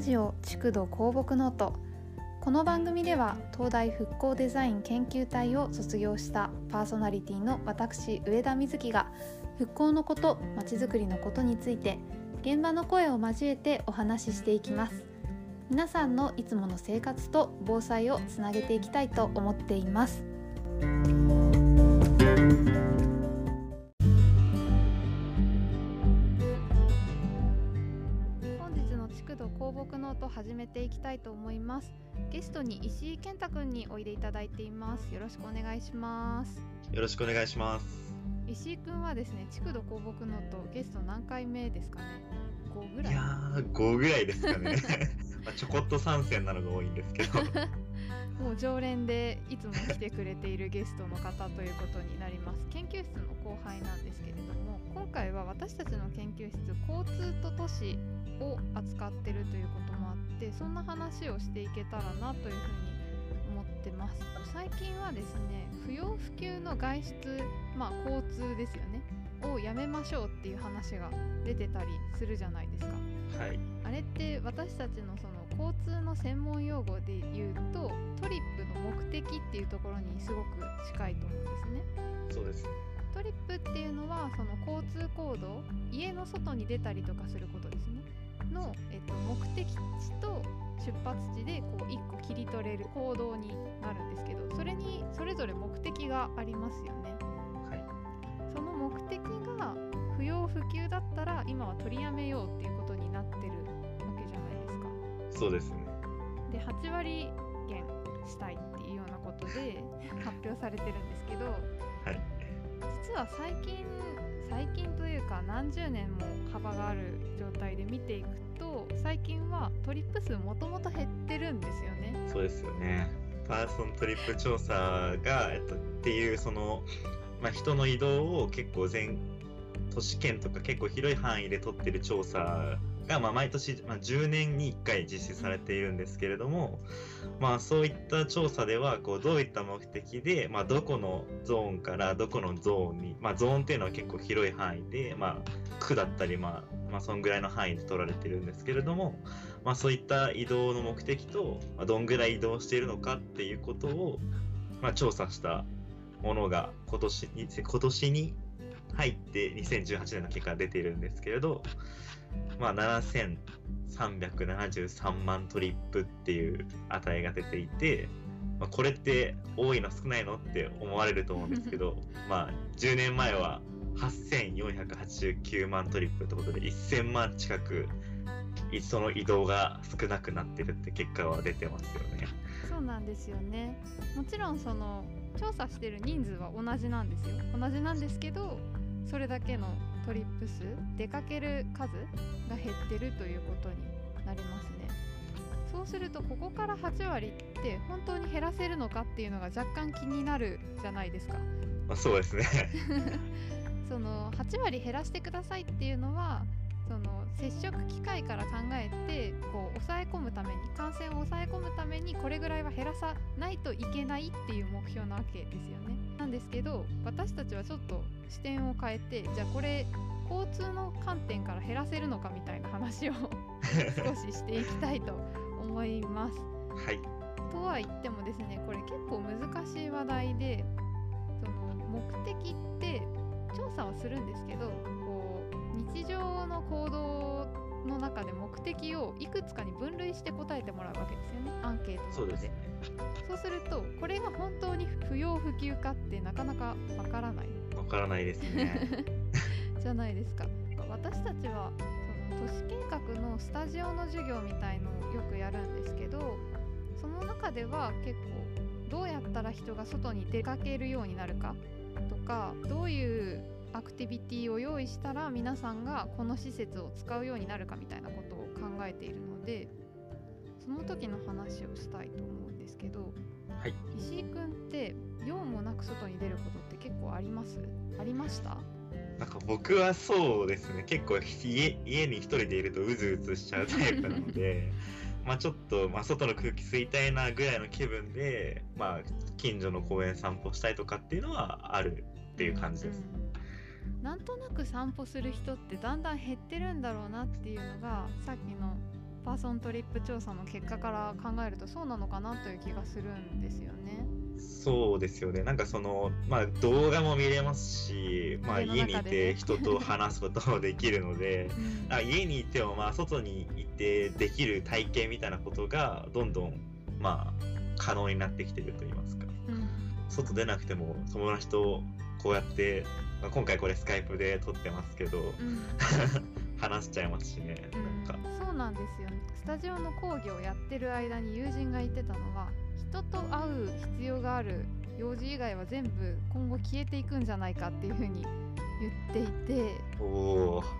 ジオ築土公木ノート。この番組では東大復興デザイン研究隊を卒業したパーソナリティの私上田瑞希が復興のこと、まちづくりのことについて現場の声を交えてお話ししていきます。皆さんのいつもの生活と防災をつなげていきたいと思っています。公木ノート始めていきたいと思います。ゲストに石井健太くんにおいでいただいています。よろしくお願いします。 よろしくお願いします。 石井くんはですね、築土公木ノートゲスト何回目ですかね。5ぐらい。 いやー、5ぐらいですかね。ちょこっと参戦なのが多いんですけどもう常連でいつも来てくれているゲストの方ということになります。研究室の後輩なんですけれども、今回は私たちの研究室交通と都市を扱ってるということもあって、そんな話をしていけたらなというふうに思ってます。最近はですね、不要不急の外出、交通ですよねをやめましょうっていう話が出てたりするじゃないですか。 はい。 あれって私たちのその交通の専門用語で言うとトリップの目的っていうところにすごく近いと思うんですね。 そうです。 トリップっていうのはその交通行動、家の外に出たりとかすることですねの、目的地と出発地でこう1個切り取れる行動になるんですけど、それにそれぞれ目的がありますよね。 はい。 その目的が不要不急だったら今は取りやめようっていうことになってるわけじゃないですか。 そうですね。で、 8割減したいっていうようなことで発表されてるんですけど、 はい、 実は最近というか何十年も幅がある状態で見ていくと、最近はトリップ数もともと減ってるんですよね。 そうですよね。パーソントリップ調査が、っていうその、人の移動を結構都市圏とか結構広い範囲で取ってる調査が、毎年、10年に1回実施されているんですけれども、そういった調査ではこうどういった目的で、どこのゾーンからどこのゾーンに、ゾーンっていうのは結構広い範囲で、区だったり、そんぐらいの範囲で取られてるんですけれども、そういった移動の目的と、どんぐらい移動しているのかっていうことを、調査したものが今年に入って2018年の結果が出ているんですけれど、7373万トリップっていう値が出ていて、これって多いの少ないのって思われると思うんですけど10年前は8489万トリップということで1000万近くその移動が少なくなってるって結果は出てますよね。 そうなんですよね。もちろんその調査してる人数は同じなんですよ。同じなんですけど、それだけのトリップ数、出かける数が減ってるということになりますね。そうするとここから8割って本当に減らせるのかっていうのが若干気になるじゃないですか。 そうですねその8割減らしてくださいっていうのは、その接触機会から考えてこう抑え込むために、感染を抑え込むためにこれぐらいは減らさないといけないっていう目標なわけですよね。なんですけど、私たちはちょっと視点を変えて、じゃあこれ交通の観点から減らせるのかみたいな話を少ししていきたいと思います。 はい。 とは言ってもですね、これ結構難しい話題で、その目的って調査はするんですけど、日常の行動の中で目的をいくつかに分類して答えてもらうわけですよね、アンケートの中で。 そうですね。 そうするとこれが本当に不要不急かってなかなかわからないですねじゃないですか。私たちはその都市計画のスタジオの授業みたいのをよくやるんですけど、その中では結構どうやったら人が外に出かけるようになるかとか、どういうアクティビティを用意したら皆さんがこの施設を使うようになるかみたいなことを考えているので、その時の話をしたいと思うんですけど、 はい、 石井くんって用もなく外に出ることって結構ありました？ なんか僕はそうですね、結構家に一人でいるとうずうずしちゃうタイプなのでちょっと、外の空気吸いたいなぐらいの気分で、近所の公園散歩したいとかっていうのはあるっていう感じです。 なんとなく散歩する人ってだんだん減ってるんだろうなっていうのが、さっきのパーソントリップ調査の結果から考えるとそうなのかなという気がするんですよね。 そうですよね。なんかその、まあ動画も見れますし、まあ家の家にい中でねて人と話すこともできるので、 うん家にいてもまあ外にいてできる体験みたいなことがどんどんまあ可能になってきてると言いますか。 うん外出なくても友達とこうやって、まあ、今回これスカイプで撮ってますけど、 うん話しちゃいますしね。なんかそうなんですよね。スタジオの講義をやってる間に友人が言ってたのは、人と会う必要がある用事以外は全部今後消えていくんじゃないかっていうふうに言っていて、 おー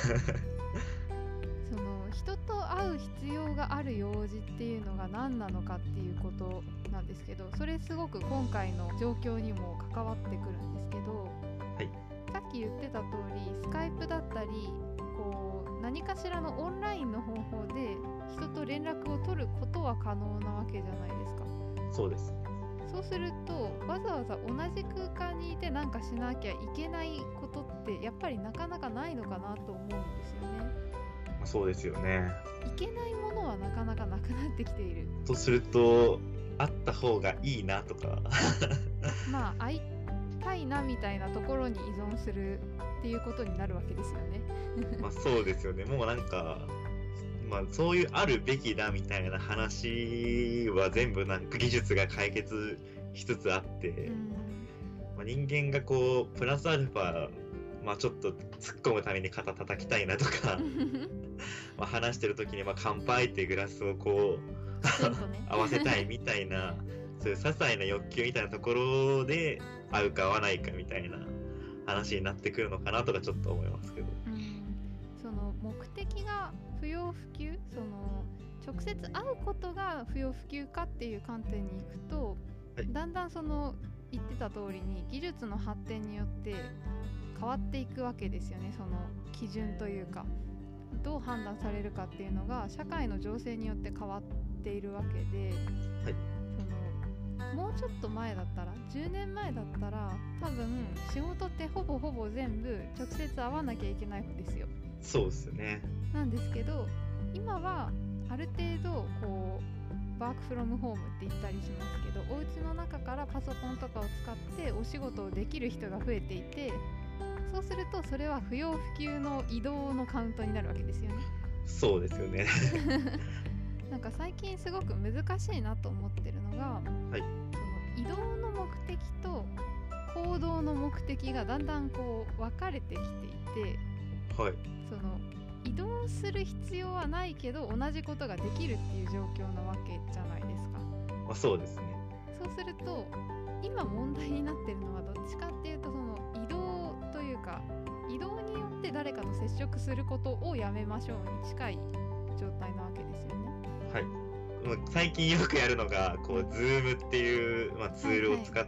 その人と会う必要がある用事っていうのが何なのかっていうことなんですけど、それすごく今回の状況にも関わってくるんですけど、 はいさっき言ってた通りスカイプだったりこう何かしらのオンラインの方法で人と連絡を取ることは可能なわけじゃないですか。 そうです。 そうするとわざわざ同じ空間にいてなんかしなきゃいけないことってやっぱりなかなかないのかなと思うんですよね。 まあそうですよね。 いけないものはなかなかなくなってきている。 とすると、あった方がいいなとか。 まあ会いたいなみたいなところに依存するっていうことになるわけですよね。 まあそうですよね。もうなんか、まあそういうあるべきだみたいな話は全部なんか技術が解決しつつあって、まあ、人間がこうプラスアルファ、まあちょっと突っ込むために肩叩きたいなとかまあ話してる時にまあ乾杯ってグラスをこうちょっとね合わせたいみたいなそういう些細な欲求みたいなところで合うか合わないかみたいな話になってくるのかなとかちょっと思いますけど。 その目的が不要不急、その直接会うことが不要不急かっていう観点に行くと、 はいだんだんその言ってた通りに技術の発展によって変わっていくわけですよね。その基準というかどう判断されるかっていうのが社会の情勢によって変わっているわけで、 はいそのもうちょっと前だったら10年前だったら多分仕事ってほぼ全部直接会わなきゃいけないんですよ。 そうですよね。 なんですけど今はある程度こうワークフロムホームって言ったりしますけど、お家の中からパソコンとかを使ってお仕事をできる人が増えていて、そうするとそれは不要不急の移動のカウントになるわけですよね。 そうですよね。 なんか最近すごく難しいなと思ってるのが、 はいその移動の目的と行動の目的がだんだんこう分かれてきていて、 はいその移動する必要はないけど同じことができるっていう状況なわけじゃないですか。 まあそうですね。 そうすると今問題になってるのはどっちかっていうと、その移動というか移動によって誰かと接触することをやめましょうに近い状態なわけですよね。 はいもう最近よくやるのがこう Zoom っていう、まあ、ツールを使って、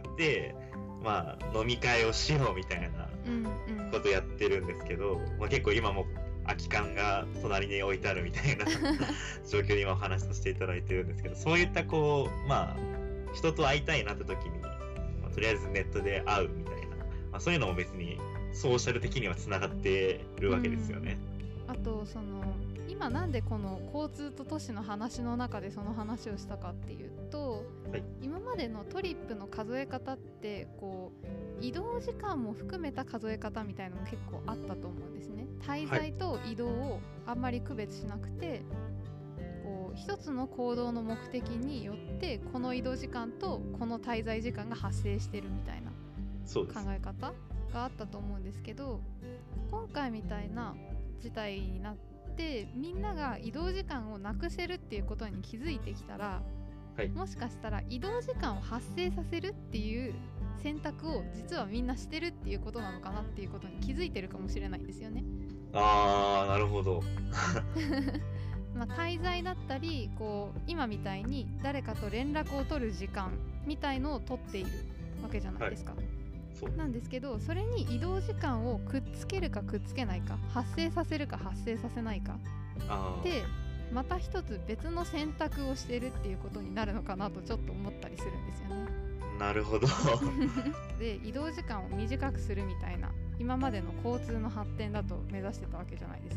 まあ飲み会をしようみたいなことやってるんですけど、まあ、結構今も空き缶が隣に置いてあるみたいな状況で今お話しさせていただいてるんですけど、そういったこうまあ人と会いたいなって時に、まあ、とりあえずネットで会うみたいな、まあ、そういうのも別にソーシャル的にはつながってるわけですよね。 あとその今なんでこの交通と都市の話の中でその話をしたかっていうと、 はい今までのトリップの数え方ってこう移動時間も含めた数え方みたいなのも結構あったと思うんですね。滞在と移動をあんまり区別しなくて、こう一つの行動の目的によってこの移動時間とこの滞在時間が発生してるみたいなそうです考え方があったと思うんですけど、今回みたいな事態になってみんなが移動時間をなくせるっていうことに気づいてきたら、 はいもしかしたら移動時間を発生させるっていう選択を実はみんなしてるっていうことなのかなっていうことに気づいてるかもしれないんですよね。 あーなるほどまあ滞在だったりこう今みたいに誰かと連絡を取る時間みたいのを取っているわけじゃないですか、 そうなんですけど、それに移動時間をくっつけるかくっつけないか、発生させるか発生させないかあーでまた一つ別の選択をしてるっていうことになるのかなとちょっと思ったりするんですよね。 なるほどで移動時間を短くするみたいな今までの交通の発展だと目指してたわけじゃないですか。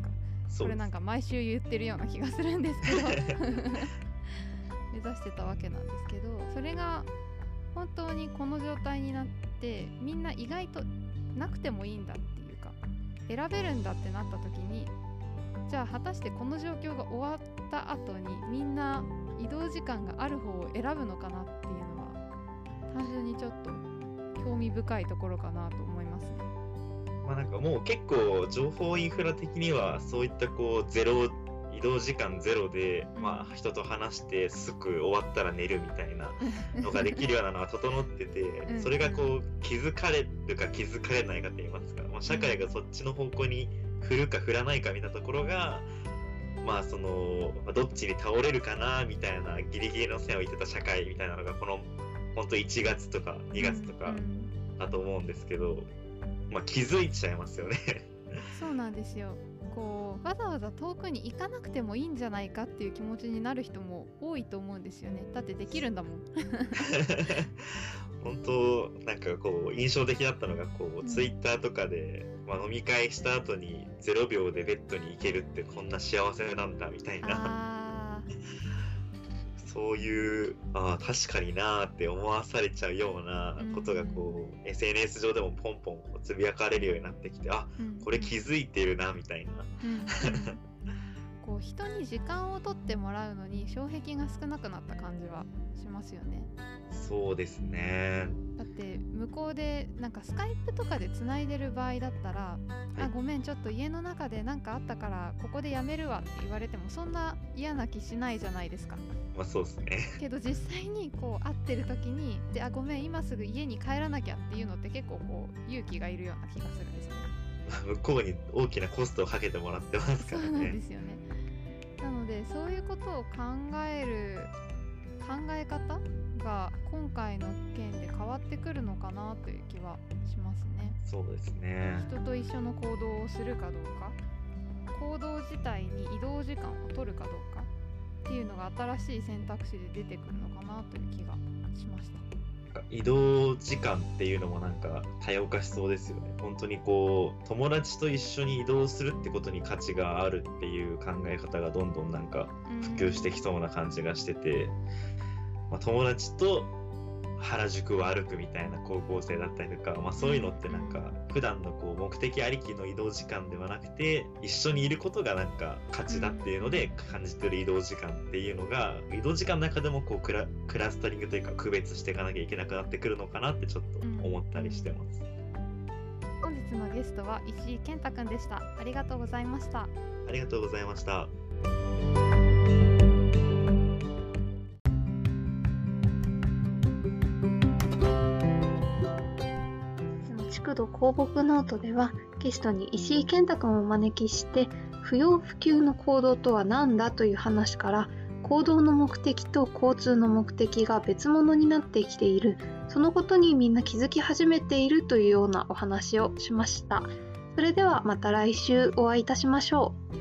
これなんか毎週言ってるような気がするんですけど目指してたわけなんですけど、それが本当にこの状態になってみんな意外となくてもいいんだっていうか選べるんだってなった時に、じゃあ果たしてこの状況が終わった後にみんな移動時間がある方を選ぶのかなっていうのは単純にちょっと興味深いところかなと思いますね。 まあなんかもう結構情報インフラ的にはそういったこう移動時間ゼロで、まあ人と話してすぐ終わったら寝るみたいなのができるようなのは整ってて、それがこう気づかれるか気づかれないかと言いますか、まあ、社会がそっちの方向に振るか振らないかみたいなところが、まあそのどっちに倒れるかなみたいなギリギリの線を言ってた社会みたいなのがこの本当1月とか2月とかだと思うんですけど、まあ気づいちゃいますよねそうなんですよ。こうわざわざ遠くに行かなくてもいいんじゃないかっていう気持ちになる人も多いと思うんですよね。だってできるんだもん本当なんかこう印象的だったのがこう、ツイッターとかで、まあ、飲み会した後に0秒でベッドに行けるってこんな幸せなんだみたいなそういう確かになーって思わされちゃうようなことがこう、SNS 上でもポンポンつぶやかれるようになってきて、これ気づいてるなみたいなこう人に時間を取ってもらうのに障壁が少なくなった感じはしますよね。 そうですね。 だって向こうでなんかスカイプとかでつないでる場合だったら、ごめんちょっと家の中で何かあったからここでやめるわって言われてもそんな嫌な気しないじゃないですか。 まあそうですね。 けど実際にこう会ってる時にごめん今すぐ家に帰らなきゃっていうのって結構こう勇気がいるような気がするんですよね。 向こうに大きなコストをかけてもらってますからね。 そうなんですよね。なのでそういうことを考える考え方が今回の件で変わってくるのかなという気はしますね。 そうですね。 人と一緒の行動をするかどうか、行動自体に移動時間を取るかどうかっていうのが新しい選択肢で出てくるのかなという気がしました。 移動時間っていうのもなんか多様化しそうですよね。本当にこう友達と一緒に移動するってことに価値があるっていう考え方がどんどんなんか普及してきそうな感じがしてて、まあ、友達と原宿を歩くみたいな高校生だったりとか、まあ、そういうのってなんか普段のこう目的ありきの移動時間ではなくて一緒にいることがなんか価値だっていうので感じてる移動時間っていうのが移動時間の中でもこうクラスタリングというか区別していかなきゃいけなくなってくるのかなってちょっと思ったりしてます。 本日のゲストは石井健太くんでした。ありがとうございました。 ありがとうございました。 築土鉱木ノートではゲストに石井健太くんをお招きして不要不急の行動とは何だという話から行動の目的と交通の目的が別物になってきている、そのことにみんな気づき始めているというようなお話をしました。それではまた来週お会いいたしましょう。